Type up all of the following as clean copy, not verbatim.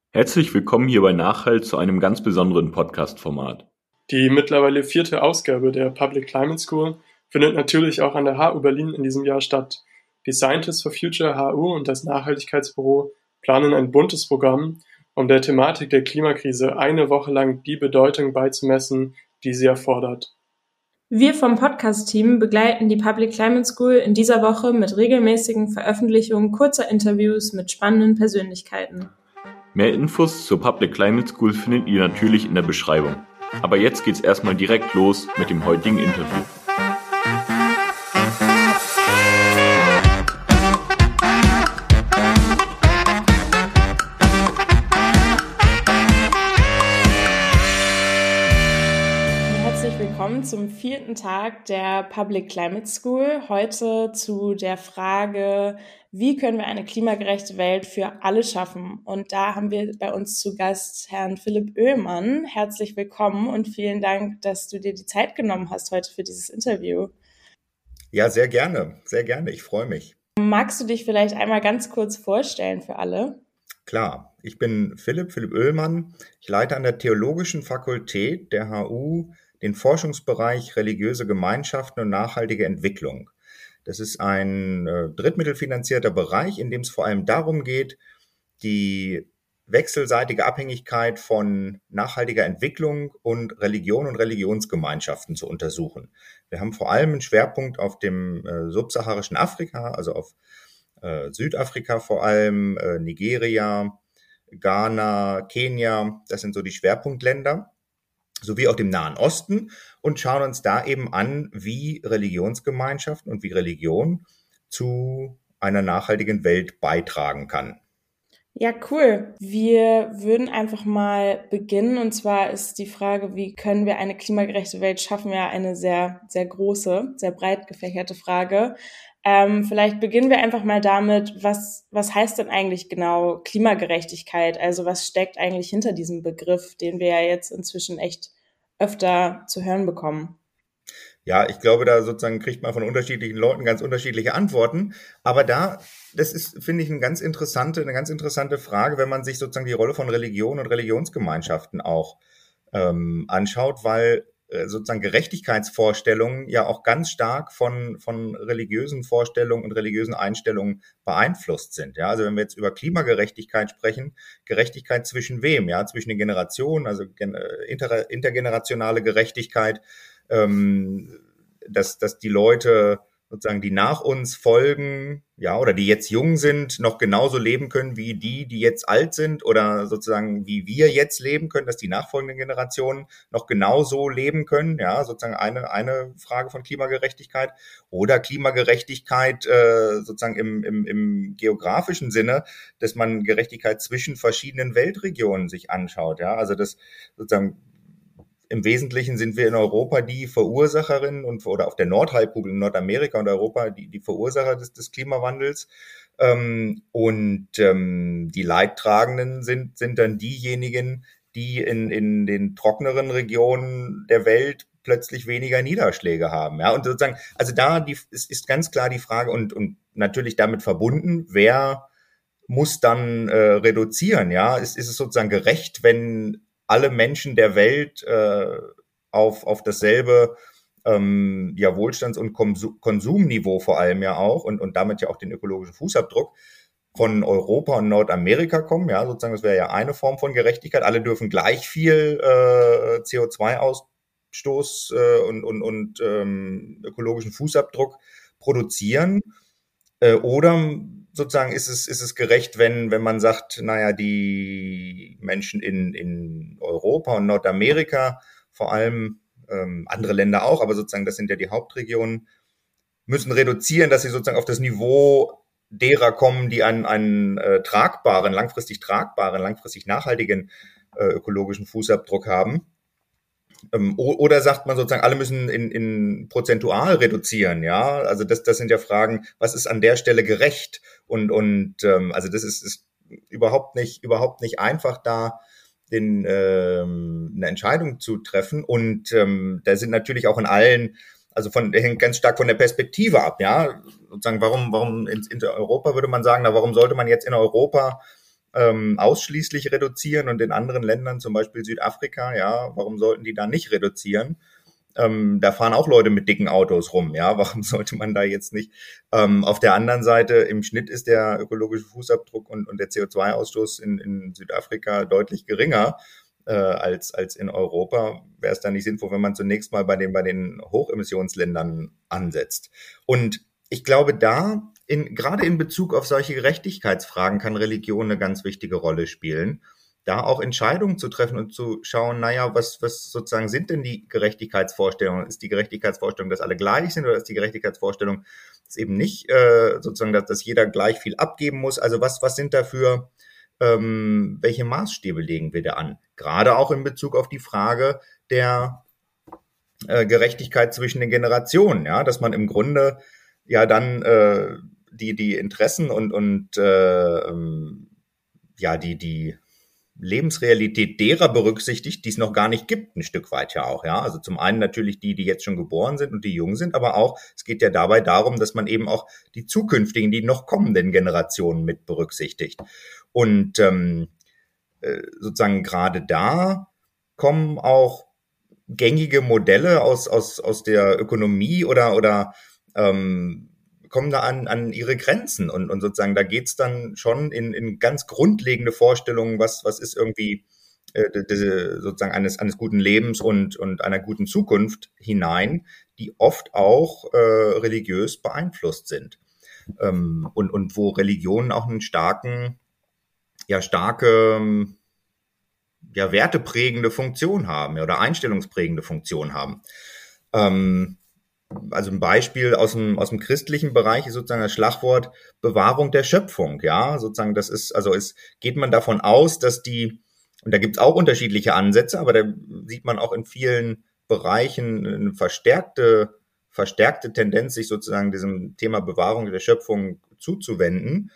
Herzlich willkommen hier bei Nachhalt zu einem ganz besonderen Podcast-Format. Die mittlerweile 4. Ausgabe der Public Climate School findet natürlich auch an der HU Berlin in diesem Jahr statt. Die Scientists for Future HU und das Nachhaltigkeitsbüro planen ein buntes Programm, um der Thematik der Klimakrise eine Woche lang die Bedeutung beizumessen, die sie erfordert. Wir vom Podcast-Team begleiten die Public Climate School in dieser Woche mit regelmäßigen Veröffentlichungen kurzer Interviews mit spannenden Persönlichkeiten. Mehr Infos zur Public Climate School findet ihr natürlich in der Beschreibung. Aber jetzt geht's erstmal direkt los mit dem heutigen Interview. Herzlich willkommen zum 4. Tag der Public Climate School. Heute zu der Frage, wie können wir eine klimagerechte Welt für alle schaffen? Und da haben wir bei uns zu Gast Herrn Philipp Oehlmann. Herzlich willkommen und vielen Dank, dass du dir die Zeit genommen hast heute für dieses Interview. Ja, sehr gerne, sehr gerne. Ich freue mich. Magst du dich vielleicht einmal ganz kurz vorstellen für alle? Klar, ich bin Philipp Oehlmann. Ich leite an der Theologischen Fakultät der HU den Forschungsbereich religiöse Gemeinschaften und nachhaltige Entwicklung. Das ist ein drittmittelfinanzierter Bereich, in dem es vor allem darum geht, die wechselseitige Abhängigkeit von nachhaltiger Entwicklung und Religion und Religionsgemeinschaften zu untersuchen. Wir haben vor allem einen Schwerpunkt auf dem subsaharischen Afrika, also auf Südafrika vor allem, Nigeria, Ghana, Kenia, das sind so die Schwerpunktländer, sowie auch dem Nahen Osten und schauen uns da eben an, wie Religionsgemeinschaften und wie Religion zu einer nachhaltigen Welt beitragen kann. Ja, cool. Wir würden einfach mal beginnen. Und zwar ist die Frage, wie können wir eine klimagerechte Welt schaffen, ja eine sehr, sehr große, sehr breit gefächerte Frage. Vielleicht beginnen wir einfach mal damit, was heißt denn eigentlich genau Klimagerechtigkeit? Also was steckt eigentlich hinter diesem Begriff, den wir ja jetzt inzwischen echt öfter zu hören bekommen? Ja, ich glaube, da sozusagen kriegt man von unterschiedlichen Leuten ganz unterschiedliche Antworten. Aber das ist, finde ich, eine ganz interessante Frage, wenn man sich sozusagen die Rolle von Religion und Religionsgemeinschaften auch anschaut, weil sozusagen Gerechtigkeitsvorstellungen ja auch ganz stark von religiösen Vorstellungen und religiösen Einstellungen beeinflusst sind. Ja, also wenn wir jetzt über Klimagerechtigkeit sprechen, Gerechtigkeit zwischen wem? Ja, zwischen den Generationen, also intergenerationale Gerechtigkeit, dass die Leute sozusagen, die nach uns folgen, ja, oder die jetzt jung sind, noch genauso leben können wie die jetzt alt sind, oder sozusagen wie wir jetzt leben können, dass die nachfolgenden Generationen noch genauso leben können, ja, sozusagen eine Frage von Klimagerechtigkeit, oder Klimagerechtigkeit sozusagen im geografischen Sinne, dass man Gerechtigkeit zwischen verschiedenen Weltregionen sich anschaut, ja, also das sozusagen im Wesentlichen sind wir in Europa die Verursacherin oder auf der Nordhalbkugel in Nordamerika und Europa die Verursacher des Klimawandels. Die Leidtragenden sind dann diejenigen, die in den trockeneren Regionen der Welt plötzlich weniger Niederschläge haben. Ja, und sozusagen, also ist ganz klar die Frage und natürlich damit verbunden, wer muss dann reduzieren? Ja, ist es sozusagen gerecht, wenn alle Menschen der Welt auf dasselbe Wohlstands- und Konsumniveau vor allem ja auch und damit ja auch den ökologischen Fußabdruck von Europa und Nordamerika kommen, ja, sozusagen, das wäre ja eine Form von Gerechtigkeit. Alle dürfen gleich viel CO2-Ausstoß und ökologischen Fußabdruck produzieren. Oder sozusagen ist es gerecht, wenn man sagt, naja, die Menschen in Europa und Nordamerika, vor allem andere Länder auch, aber sozusagen das sind ja die Hauptregionen, müssen reduzieren, dass sie sozusagen auf das Niveau derer kommen, die einen langfristig nachhaltigen ökologischen Fußabdruck haben. Oder sagt man sozusagen, alle müssen in prozentual reduzieren, ja? Also das sind ja Fragen, was ist an der Stelle gerecht? Also das ist überhaupt nicht einfach, da eine Entscheidung zu treffen. Und da sind natürlich auch der hängt ganz stark von der Perspektive ab, ja? Sozusagen, warum in Europa würde man sagen, warum sollte man jetzt in Europa ausschließlich reduzieren und in anderen Ländern, zum Beispiel Südafrika, ja, warum sollten die da nicht reduzieren? Da fahren auch Leute mit dicken Autos rum, ja, warum sollte man da jetzt nicht? Auf der anderen Seite, im Schnitt ist der ökologische Fußabdruck und der CO2-Ausstoß in Südafrika deutlich geringer als in Europa. Wäre es dann nicht sinnvoll, wenn man zunächst mal bei den Hochemissionsländern ansetzt? Und ich glaube, gerade in Bezug auf solche Gerechtigkeitsfragen kann Religion eine ganz wichtige Rolle spielen, da auch Entscheidungen zu treffen und zu schauen, naja, was sozusagen sind denn die Gerechtigkeitsvorstellungen? Ist die Gerechtigkeitsvorstellung, dass alle gleich sind, oder ist die Gerechtigkeitsvorstellung, dass eben nicht sozusagen, dass jeder gleich viel abgeben muss? Also was sind dafür, welche Maßstäbe legen wir da an? Gerade auch in Bezug auf die Frage der Gerechtigkeit zwischen den Generationen, ja, dass man im Grunde ja dann die Interessen und ja die Lebensrealität derer berücksichtigt, die es noch gar nicht gibt, ein Stück weit ja auch, ja. Also zum einen natürlich die jetzt schon geboren sind und die jung sind, aber auch, es geht ja dabei darum, dass man eben auch die zukünftigen, die noch kommenden Generationen mit berücksichtigt. Und sozusagen gerade da kommen auch gängige Modelle aus der Ökonomie oder kommen da an ihre Grenzen und sozusagen da geht's dann schon in ganz grundlegende Vorstellungen, was ist irgendwie sozusagen eines guten Lebens und einer guten Zukunft hinein, die oft auch religiös beeinflusst sind und wo Religionen auch einen starke werteprägende Funktion haben oder einstellungsprägende Funktion haben. Also ein Beispiel aus dem christlichen Bereich ist sozusagen das Schlagwort Bewahrung der Schöpfung, ja, sozusagen geht man davon aus, dass und da gibt's auch unterschiedliche Ansätze, aber da sieht man auch in vielen Bereichen eine verstärkte Tendenz, sich sozusagen diesem Thema Bewahrung der Schöpfung zuzuwenden.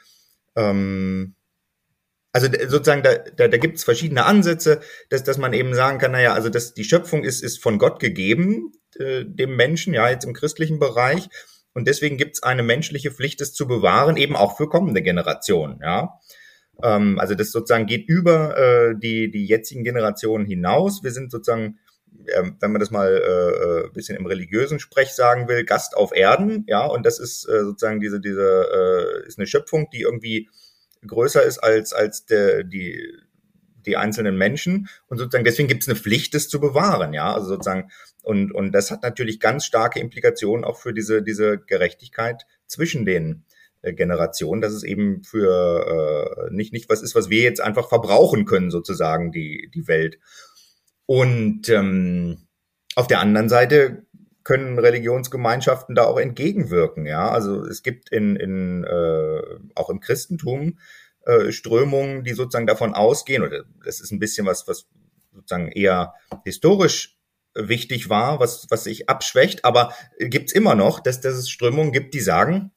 Also sozusagen, da gibt's verschiedene Ansätze, dass man eben sagen kann, naja, also die Schöpfung ist von Gott gegeben, dem Menschen, ja, jetzt im christlichen Bereich. Und deswegen gibt's eine menschliche Pflicht, es zu bewahren, eben auch für kommende Generationen, ja. Also das sozusagen geht über die jetzigen Generationen hinaus. Wir sind sozusagen, wenn man das mal ein bisschen im religiösen Sprech sagen will, Gast auf Erden, ja. Und das ist sozusagen ist eine Schöpfung, die irgendwie größer ist als die einzelnen Menschen und sozusagen deswegen gibt es eine Pflicht, es zu bewahren, ja, also sozusagen und das hat natürlich ganz starke Implikationen auch für diese Gerechtigkeit zwischen den Generationen, dass es eben für nicht was ist, was wir jetzt einfach verbrauchen können, sozusagen die Welt. Und auf der anderen Seite können Religionsgemeinschaften da auch entgegenwirken, ja. Also es gibt auch im Christentum Strömungen, die sozusagen davon ausgehen, oder das ist ein bisschen was sozusagen eher historisch wichtig war, was sich abschwächt, aber gibt's immer noch, dass es Strömungen gibt, die sagen,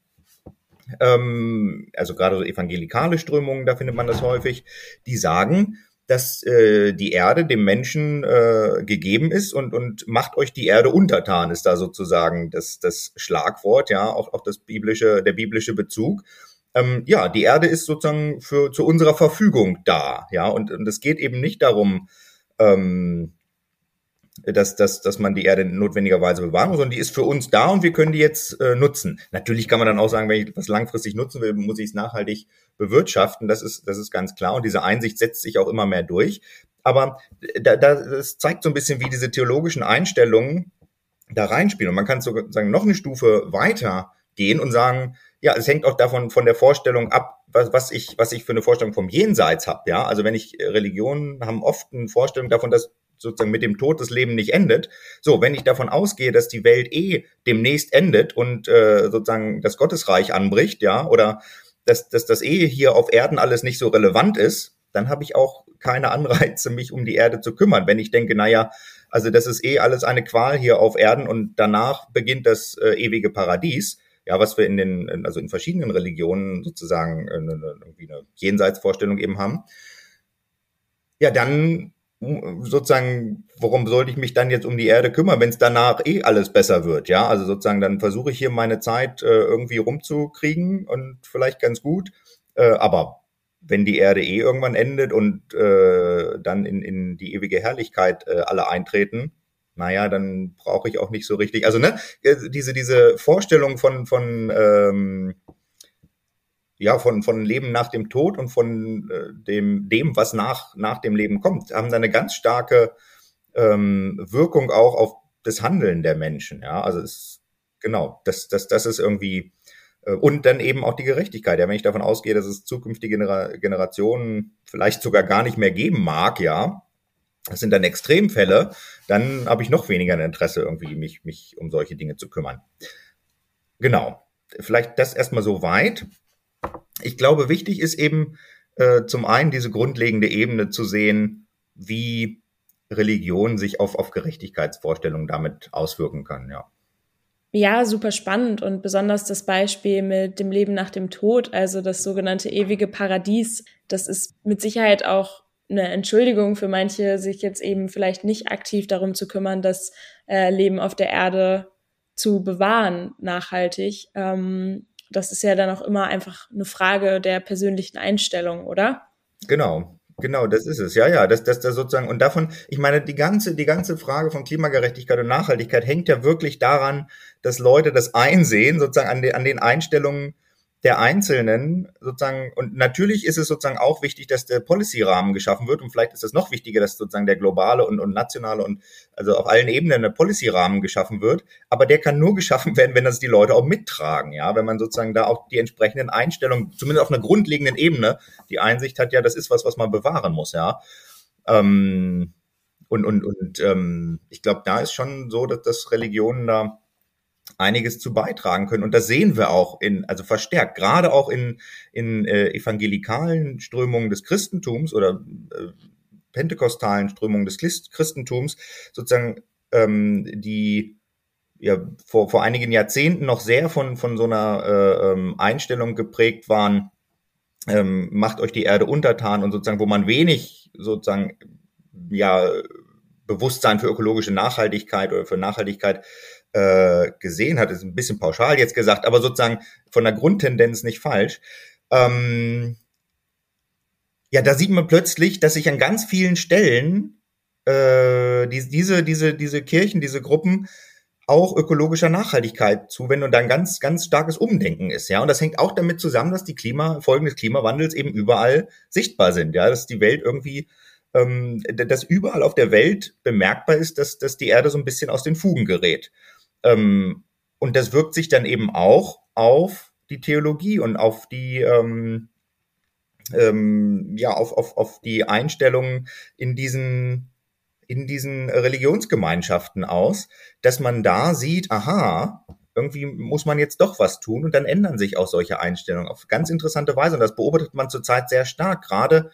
also gerade so evangelikale Strömungen, da findet man das häufig, die sagen, dass die Erde dem Menschen gegeben ist und macht euch die Erde untertan, ist da sozusagen das Schlagwort, ja, auch der biblische Bezug. Ja, die Erde ist sozusagen zu unserer Verfügung da, ja, und es geht eben nicht darum, dass man die Erde notwendigerweise bewahren muss, sondern die ist für uns da und wir können die jetzt nutzen. Natürlich kann man dann auch sagen, wenn ich etwas langfristig nutzen will, muss ich es nachhaltig bewirtschaften. Das ist ganz klar und diese Einsicht setzt sich auch immer mehr durch. Aber das zeigt so ein bisschen, wie diese theologischen Einstellungen da reinspielen. Und man kann sozusagen noch eine Stufe weiter gehen und sagen, ja, es hängt auch von der Vorstellung ab, was ich für eine Vorstellung vom Jenseits habe. Ja, also Religionen haben oft eine Vorstellung davon, dass sozusagen mit dem Tod das Leben nicht endet. So, wenn ich davon ausgehe, dass die Welt demnächst endet und sozusagen das Gottesreich anbricht, ja, oder dass das hier auf Erden alles nicht so relevant ist, dann habe ich auch keine Anreize, mich um die Erde zu kümmern. Wenn ich denke, naja, also das ist alles eine Qual hier auf Erden und danach beginnt das ewige Paradies, ja, was wir in verschiedenen Religionen sozusagen irgendwie eine Jenseitsvorstellung eben haben, ja, dann sozusagen, warum sollte ich mich dann jetzt um die Erde kümmern, wenn es danach alles besser wird, ja, also sozusagen, dann versuche ich hier meine Zeit irgendwie rumzukriegen und vielleicht ganz gut, aber wenn die Erde irgendwann endet und dann in die ewige Herrlichkeit alle eintreten, naja, dann brauche ich auch nicht so richtig. Also diese Vorstellung von Leben nach dem Tod und von dem, was nach dem Leben kommt, haben da eine ganz starke Wirkung auch auf das Handeln der Menschen. Ja, also das ist irgendwie und dann eben auch die Gerechtigkeit. Ja, wenn ich davon ausgehe, dass es zukünftige Generationen vielleicht sogar gar nicht mehr geben mag, ja, das sind dann Extremfälle, dann habe ich noch weniger ein Interesse, irgendwie mich um solche Dinge zu kümmern. Genau. Vielleicht das erstmal so weit. Ich glaube, wichtig ist eben zum einen diese grundlegende Ebene zu sehen, wie Religion sich auf Gerechtigkeitsvorstellungen damit auswirken kann, ja. Ja, super spannend und besonders das Beispiel mit dem Leben nach dem Tod, also das sogenannte ewige Paradies. Das ist mit Sicherheit auch eine Entschuldigung für manche, sich jetzt eben vielleicht nicht aktiv darum zu kümmern, das Leben auf der Erde zu bewahren, nachhaltig. Das ist ja dann auch immer einfach eine Frage der persönlichen Einstellung, oder? Genau, das ist es. Ja, das sozusagen, und davon, ich meine, die ganze Frage von Klimagerechtigkeit und Nachhaltigkeit hängt ja wirklich daran, dass Leute das einsehen, sozusagen an den Einstellungen der Einzelnen, sozusagen, und natürlich ist es sozusagen auch wichtig, dass der Policy-Rahmen geschaffen wird, und vielleicht ist es noch wichtiger, dass sozusagen der globale und nationale und also auf allen Ebenen der Policy-Rahmen geschaffen wird, aber der kann nur geschaffen werden, wenn das die Leute auch mittragen, ja, wenn man sozusagen da auch die entsprechenden Einstellungen, zumindest auf einer grundlegenden Ebene, die Einsicht hat, ja, das ist was man bewahren muss, ja. Ich glaube, da ist schon so, dass Religionen da einiges zu beitragen können. Und das sehen wir auch also verstärkt, gerade auch in evangelikalen Strömungen des Christentums oder pentekostalen Strömungen des Christentums, sozusagen, die ja vor einigen Jahrzehnten noch sehr von so einer Einstellung geprägt waren, macht euch die Erde untertan, und sozusagen, wo man wenig sozusagen ja Bewusstsein für ökologische Nachhaltigkeit oder für Nachhaltigkeit gesehen hat, ist ein bisschen pauschal jetzt gesagt, aber sozusagen von der Grundtendenz nicht falsch. Da sieht man plötzlich, dass sich an ganz vielen Stellen diese Kirchen, diese Gruppen auch ökologischer Nachhaltigkeit zuwenden und dann ganz, ganz starkes Umdenken ist, ja. Und das hängt auch damit zusammen, dass die Folgen des Klimawandels eben überall sichtbar sind, ja, dass die Welt irgendwie dass überall auf der Welt bemerkbar ist, dass die Erde so ein bisschen aus den Fugen gerät. Und das wirkt sich dann eben auch auf die Theologie und auf die auf die Einstellungen in diesen Religionsgemeinschaften aus, dass man da sieht, aha, irgendwie muss man jetzt doch was tun, und dann ändern sich auch solche Einstellungen auf ganz interessante Weise. Und das beobachtet man zurzeit sehr stark, gerade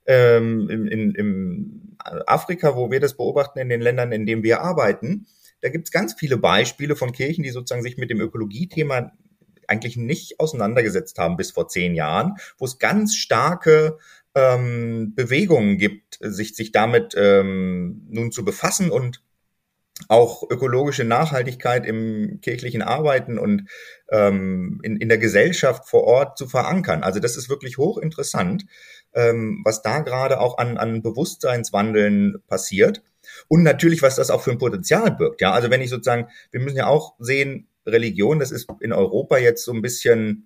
in Afrika, wo wir das beobachten, in den Ländern, in denen wir arbeiten. Da gibt es ganz viele Beispiele von Kirchen, die sozusagen sich mit dem Ökologie-Thema eigentlich nicht auseinandergesetzt haben bis vor 10 Jahren, wo es ganz starke Bewegungen gibt, sich damit nun zu befassen und auch ökologische Nachhaltigkeit im kirchlichen Arbeiten und in der Gesellschaft vor Ort zu verankern. Also das ist wirklich hochinteressant, was da gerade auch an Bewusstseinswandeln passiert. Und natürlich, was das auch für ein Potenzial birgt. Ja, also wenn ich sozusagen, wir müssen ja auch sehen, Religion, das ist in Europa jetzt so ein bisschen,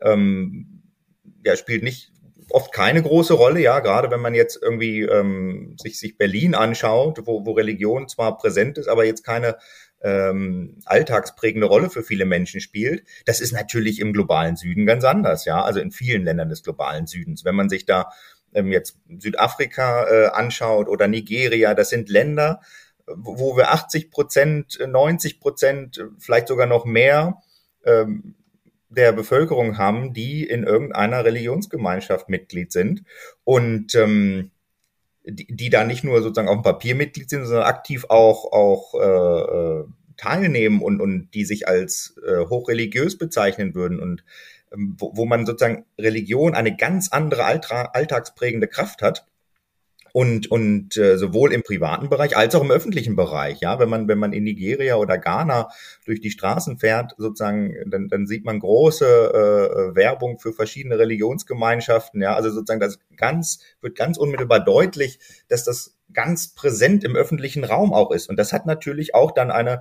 spielt nicht oft keine große Rolle, ja, gerade wenn man jetzt irgendwie sich Berlin anschaut, wo Religion zwar präsent ist, aber jetzt keine alltagsprägende Rolle für viele Menschen spielt. Das ist natürlich im globalen Süden ganz anders, ja, also in vielen Ländern des globalen Südens. Wenn man sich da jetzt Südafrika anschaut oder Nigeria, das sind Länder, wo wir 80%, 90%, vielleicht sogar noch mehr der Bevölkerung haben, die in irgendeiner Religionsgemeinschaft Mitglied sind und die da nicht nur sozusagen auf dem Papier Mitglied sind, sondern aktiv auch teilnehmen und die sich als hochreligiös bezeichnen würden und wo man sozusagen Religion eine ganz andere alltagsprägende Kraft hat. Und sowohl im privaten Bereich als auch im öffentlichen Bereich. Ja, wenn man in Nigeria oder Ghana durch die Straßen fährt, sozusagen, dann sieht man große Werbung für verschiedene Religionsgemeinschaften. Ja, also sozusagen wird ganz unmittelbar deutlich, dass das ganz präsent im öffentlichen Raum auch ist. Und das hat natürlich auch dann ein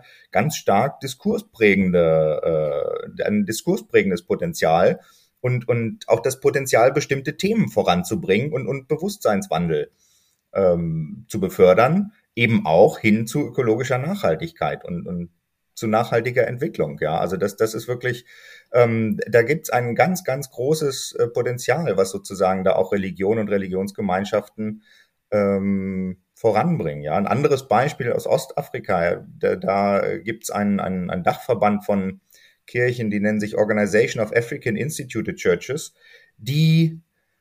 diskursprägendes Potenzial und auch das Potenzial, bestimmte Themen voranzubringen und Bewusstseinswandel zu befördern, eben auch hin zu ökologischer Nachhaltigkeit und zu nachhaltiger Entwicklung. Ja, also das ist wirklich, da gibt's ein ganz, ganz großes Potenzial, was sozusagen da auch Religion und Religionsgemeinschaften voranbringen. Ja, ein anderes Beispiel aus Ostafrika, da gibt's einen Dachverband von Kirchen, die nennen sich Organization of African Instituted Churches, die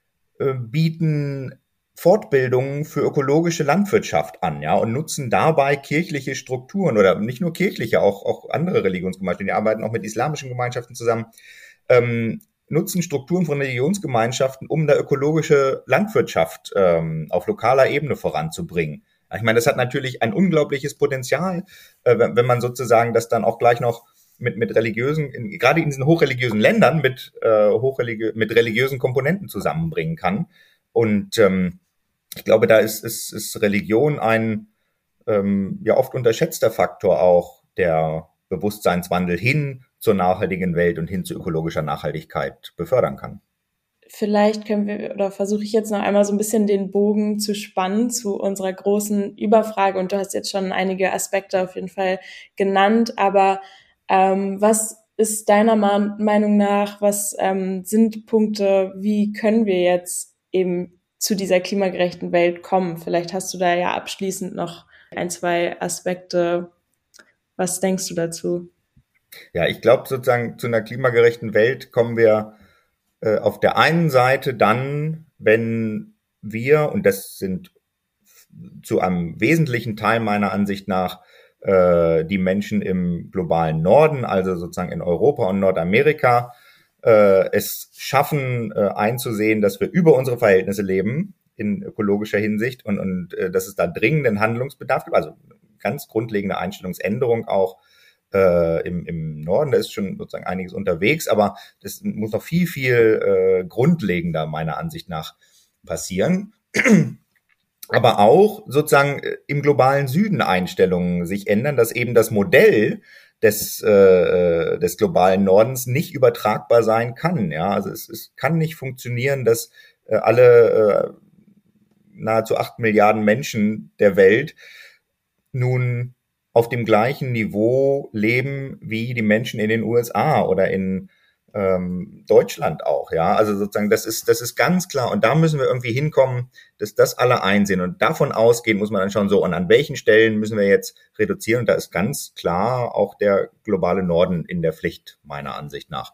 bieten Fortbildungen für ökologische Landwirtschaft an, ja, und nutzen dabei kirchliche Strukturen oder nicht nur kirchliche, auch andere Religionsgemeinschaften, die arbeiten auch mit islamischen Gemeinschaften zusammen, nutzen Strukturen von Religionsgemeinschaften, um da ökologische Landwirtschaft auf lokaler Ebene voranzubringen. Ich meine, das hat natürlich ein unglaubliches Potenzial, wenn man sozusagen das dann auch gleich noch mit religiösen, gerade in diesen hochreligiösen Ländern mit religiösen Komponenten zusammenbringen kann. Und ich glaube, da ist Religion ein ja oft unterschätzter Faktor auch, der Bewusstseinswandel hin zur nachhaltigen Welt und hin zu ökologischer Nachhaltigkeit befördern kann. Vielleicht können wir, oder versuche ich jetzt noch einmal so ein bisschen den Bogen zu spannen zu unserer großen Überfrage. Und du hast jetzt schon einige Aspekte auf jeden Fall genannt. Aber was ist deiner Meinung nach, was sind Punkte, wie können wir jetzt eben zu dieser klimagerechten Welt kommen? Vielleicht hast du da ja abschließend noch ein, zwei Aspekte. Was denkst du dazu? Ja, ich glaube sozusagen, zu einer klimagerechten Welt kommen wir auf der einen Seite dann, wenn wir, und das sind zu einem wesentlichen Teil meiner Ansicht nach die Menschen im globalen Norden, also sozusagen in Europa und Nordamerika, es schaffen einzusehen, dass wir über unsere Verhältnisse leben in ökologischer Hinsicht und dass es da dringenden Handlungsbedarf gibt, also ganz grundlegende Einstellungsänderung auch im Norden. Da ist schon sozusagen einiges unterwegs, aber das muss noch viel, viel grundlegender meiner Ansicht nach passieren. Aber auch sozusagen im globalen Süden Einstellungen sich ändern, dass eben das Modell des globalen Nordens nicht übertragbar sein kann. Ja, also es kann nicht funktionieren, dass alle nahezu 8 Milliarden Menschen der Welt nun auf dem gleichen Niveau leben wie die Menschen in den USA oder in Deutschland auch, ja, also sozusagen das ist ganz klar und da müssen wir irgendwie hinkommen, dass das alle einsehen und davon ausgehen muss man dann schauen, so und an welchen Stellen müssen wir jetzt reduzieren und da ist ganz klar auch der globale Norden in der Pflicht, meiner Ansicht nach.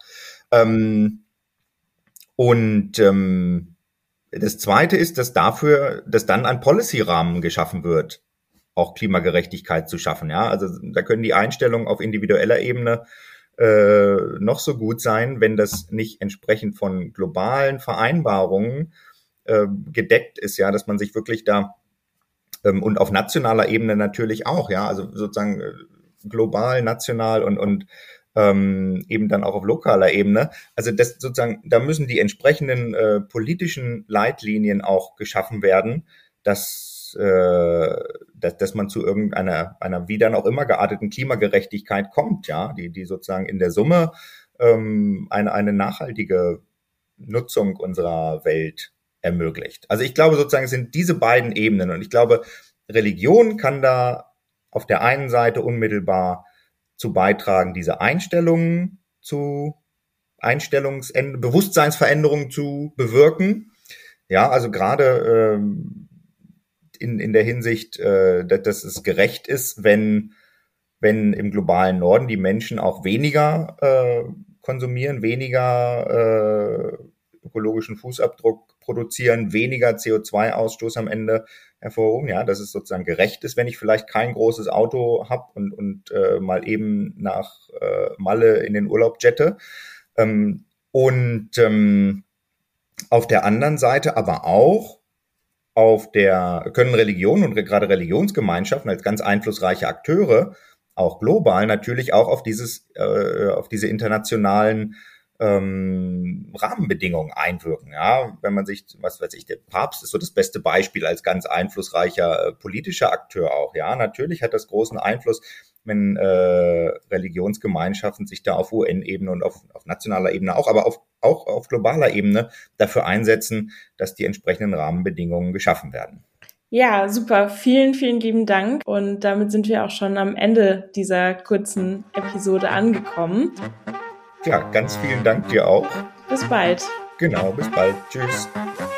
Das Zweite ist, dass dann ein Policy-Rahmen geschaffen wird, auch Klimagerechtigkeit zu schaffen, ja, also da können die Einstellungen auf individueller Ebene noch so gut sein, wenn das nicht entsprechend von globalen Vereinbarungen gedeckt ist, ja, dass man sich wirklich da und auf nationaler Ebene natürlich auch, ja, also sozusagen global, national und eben dann auch auf lokaler Ebene. Also das sozusagen, da müssen die entsprechenden politischen Leitlinien auch geschaffen werden, dass man zu einer wie dann auch immer gearteten Klimagerechtigkeit kommt, ja, die sozusagen in der Summe eine nachhaltige Nutzung unserer Welt ermöglicht. Also ich glaube sozusagen, es sind diese beiden Ebenen und ich glaube, Religion kann da auf der einen Seite unmittelbar zu beitragen, diese Bewusstseinsveränderungen zu bewirken. Ja, also gerade in der Hinsicht, dass es gerecht ist, wenn im globalen Norden die Menschen auch weniger konsumieren, weniger ökologischen Fußabdruck produzieren, weniger CO2-Ausstoß am Ende hervorrufen. Ja, dass es sozusagen gerecht ist, wenn ich vielleicht kein großes Auto habe und mal eben nach Malle in den Urlaub jette. Auf der anderen Seite aber auch können Religionen und gerade Religionsgemeinschaften als ganz einflussreiche Akteure auch global natürlich auch auf diese internationalen Rahmenbedingungen einwirken. Ja, wenn man sich, was weiß ich, der Papst ist so das beste Beispiel als ganz einflussreicher politischer Akteur auch. Ja, natürlich hat das großen Einfluss, wenn Religionsgemeinschaften sich da auf UN-Ebene und auf nationaler Ebene auch, aber auch auf globaler Ebene dafür einsetzen, dass die entsprechenden Rahmenbedingungen geschaffen werden. Ja, super. Vielen, vielen lieben Dank. Und damit sind wir auch schon am Ende dieser kurzen Episode angekommen. Ja, ganz vielen Dank dir auch. Bis bald. Genau, bis bald. Tschüss.